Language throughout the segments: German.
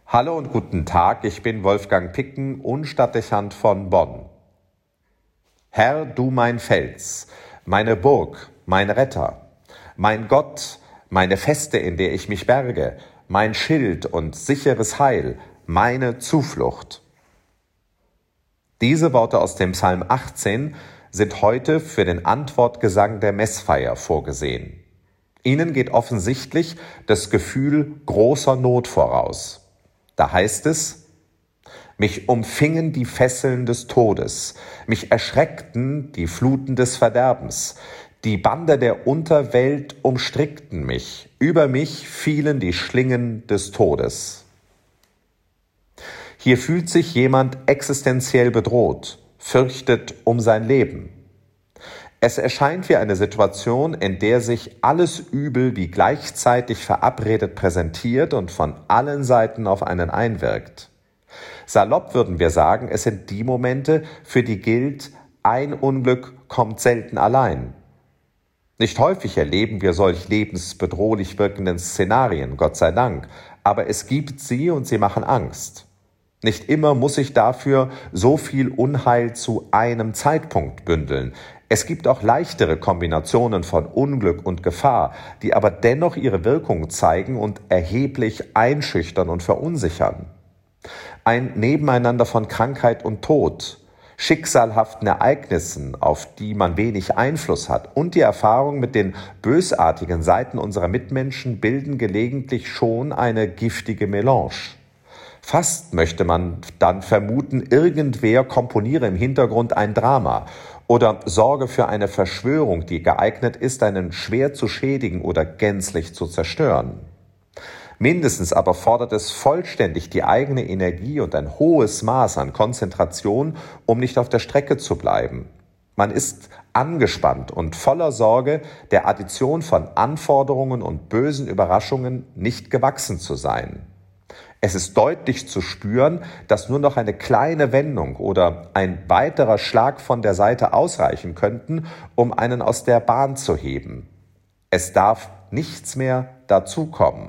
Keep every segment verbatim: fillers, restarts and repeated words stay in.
Hallo und guten Tag, ich bin Wolfgang Picken, Unstadtdechant von Bonn. Herr, du mein Fels, meine Burg, mein Retter, mein Gott, meine Feste, in der ich mich berge, mein Schild und sicheres Heil, meine Zuflucht. Diese Worte aus dem Psalm achtzehn sind heute für den Antwortgesang der Messfeier vorgesehen. Ihnen geht offensichtlich das Gefühl großer Not voraus. Da heißt es: Mich umfingen die Fesseln des Todes, mich erschreckten die Fluten des Verderbens, die Bande der Unterwelt umstrickten mich, über mich fielen die Schlingen des Todes. Hier fühlt sich jemand existenziell bedroht, fürchtet um sein Leben. Es erscheint wie eine Situation, in der sich alles Übel wie gleichzeitig verabredet präsentiert und von allen Seiten auf einen einwirkt. Salopp würden wir sagen, es sind die Momente, für die gilt, ein Unglück kommt selten allein. Nicht häufig erleben wir solch lebensbedrohlich wirkenden Szenarien, Gott sei Dank, aber es gibt sie und sie machen Angst. Nicht immer muss sich dafür so viel Unheil zu einem Zeitpunkt bündeln. Es gibt auch leichtere Kombinationen von Unglück und Gefahr, die aber dennoch ihre Wirkung zeigen und erheblich einschüchtern und verunsichern. Ein Nebeneinander von Krankheit und Tod, schicksalhaften Ereignissen, auf die man wenig Einfluss hat, und die Erfahrung mit den bösartigen Seiten unserer Mitmenschen bilden gelegentlich schon eine giftige Melange. Fast möchte man dann vermuten, irgendwer komponiere im Hintergrund ein Drama oder sorge für eine Verschwörung, die geeignet ist, einen schwer zu schädigen oder gänzlich zu zerstören. Mindestens aber fordert es vollständig die eigene Energie und ein hohes Maß an Konzentration, um nicht auf der Strecke zu bleiben. Man ist angespannt und voller Sorge, der Addition von Anforderungen und bösen Überraschungen nicht gewachsen zu sein. Es ist deutlich zu spüren, dass nur noch eine kleine Wendung oder ein weiterer Schlag von der Seite ausreichen könnten, um einen aus der Bahn zu heben. Es darf nichts mehr dazukommen.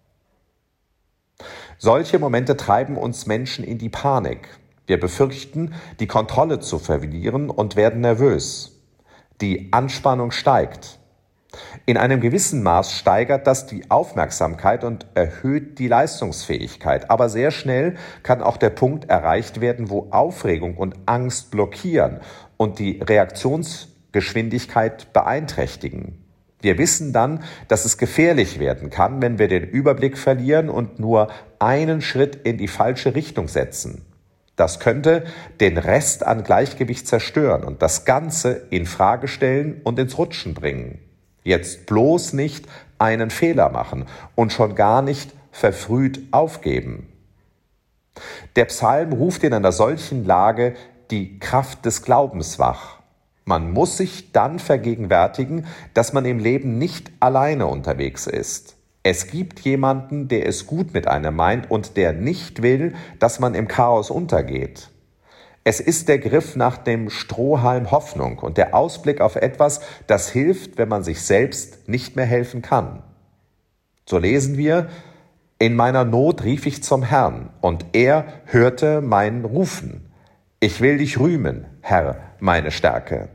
Solche Momente treiben uns Menschen in die Panik. Wir befürchten, die Kontrolle zu verlieren und werden nervös. Die Anspannung steigt. In einem gewissen Maß steigert das die Aufmerksamkeit und erhöht die Leistungsfähigkeit. Aber sehr schnell kann auch der Punkt erreicht werden, wo Aufregung und Angst blockieren und die Reaktionsgeschwindigkeit beeinträchtigen. Wir wissen dann, dass es gefährlich werden kann, wenn wir den Überblick verlieren und nur einen Schritt in die falsche Richtung setzen. Das könnte den Rest an Gleichgewicht zerstören und das Ganze in Frage stellen und ins Rutschen bringen. Jetzt bloß nicht einen Fehler machen und schon gar nicht verfrüht aufgeben. Der Psalm ruft in einer solchen Lage die Kraft des Glaubens wach. Man muss sich dann vergegenwärtigen, dass man im Leben nicht alleine unterwegs ist. Es gibt jemanden, der es gut mit einem meint und der nicht will, dass man im Chaos untergeht. Es ist der Griff nach dem Strohhalm Hoffnung und der Ausblick auf etwas, das hilft, wenn man sich selbst nicht mehr helfen kann. So lesen wir: In meiner Not rief ich zum Herrn, und er hörte mein Rufen. Ich will dich rühmen, Herr, meine Stärke.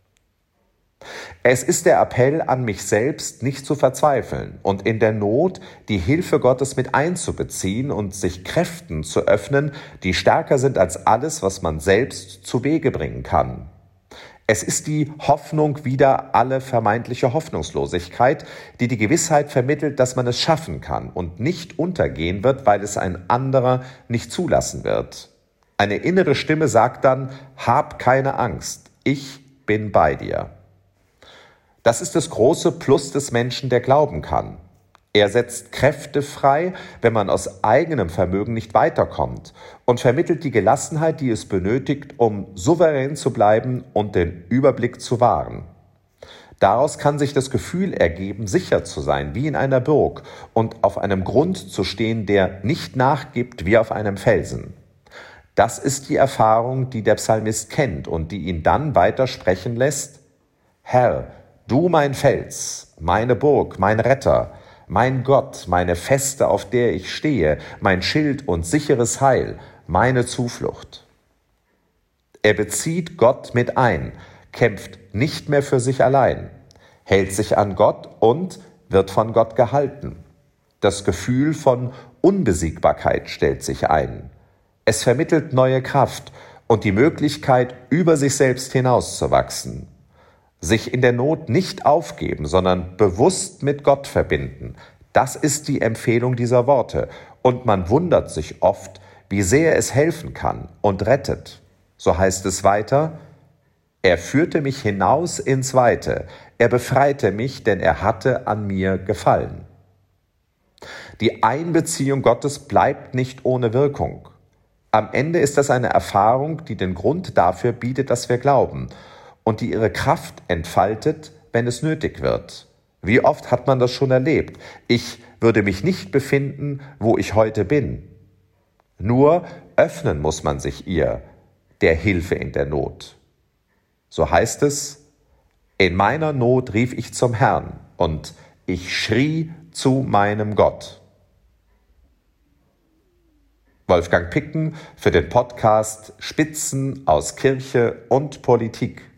Es ist der Appell an mich selbst, nicht zu verzweifeln und in der Not die Hilfe Gottes mit einzubeziehen und sich Kräften zu öffnen, die stärker sind als alles, was man selbst zu Wege bringen kann. Es ist die Hoffnung wider alle vermeintliche Hoffnungslosigkeit, die die Gewissheit vermittelt, dass man es schaffen kann und nicht untergehen wird, weil es ein anderer nicht zulassen wird. Eine innere Stimme sagt dann: Hab keine Angst, ich bin bei dir. Das ist das große Plus des Menschen, der glauben kann. Er setzt Kräfte frei, wenn man aus eigenem Vermögen nicht weiterkommt, und vermittelt die Gelassenheit, die es benötigt, um souverän zu bleiben und den Überblick zu wahren. Daraus kann sich das Gefühl ergeben, sicher zu sein, wie in einer Burg, und auf einem Grund zu stehen, der nicht nachgibt wie auf einem Felsen. Das ist die Erfahrung, die der Psalmist kennt und die ihn dann weiter sprechen lässt: Herr, du mein Fels, meine Burg, mein Retter, mein Gott, meine Feste, auf der ich stehe, mein Schild und sicheres Heil, meine Zuflucht. Er bezieht Gott mit ein, kämpft nicht mehr für sich allein, hält sich an Gott und wird von Gott gehalten. Das Gefühl von Unbesiegbarkeit stellt sich ein. Es vermittelt neue Kraft und die Möglichkeit, über sich selbst hinauszuwachsen. Sich in der Not nicht aufgeben, sondern bewusst mit Gott verbinden. Das ist die Empfehlung dieser Worte. Und man wundert sich oft, wie sehr es helfen kann und rettet. So heißt es weiter: Er führte mich hinaus ins Weite. Er befreite mich, denn er hatte an mir gefallen. Die Einbeziehung Gottes bleibt nicht ohne Wirkung. Am Ende ist das eine Erfahrung, die den Grund dafür bietet, dass wir glauben und die ihre Kraft entfaltet, wenn es nötig wird. Wie oft hat man das schon erlebt? Ich würde mich nicht befinden, wo ich heute bin. Nur öffnen muss man sich ihr, der Hilfe in der Not. So heißt es: In meiner Not rief ich zum Herrn und ich schrie zu meinem Gott. Wolfgang Picken für den Podcast Spitzen aus Kirche und Politik.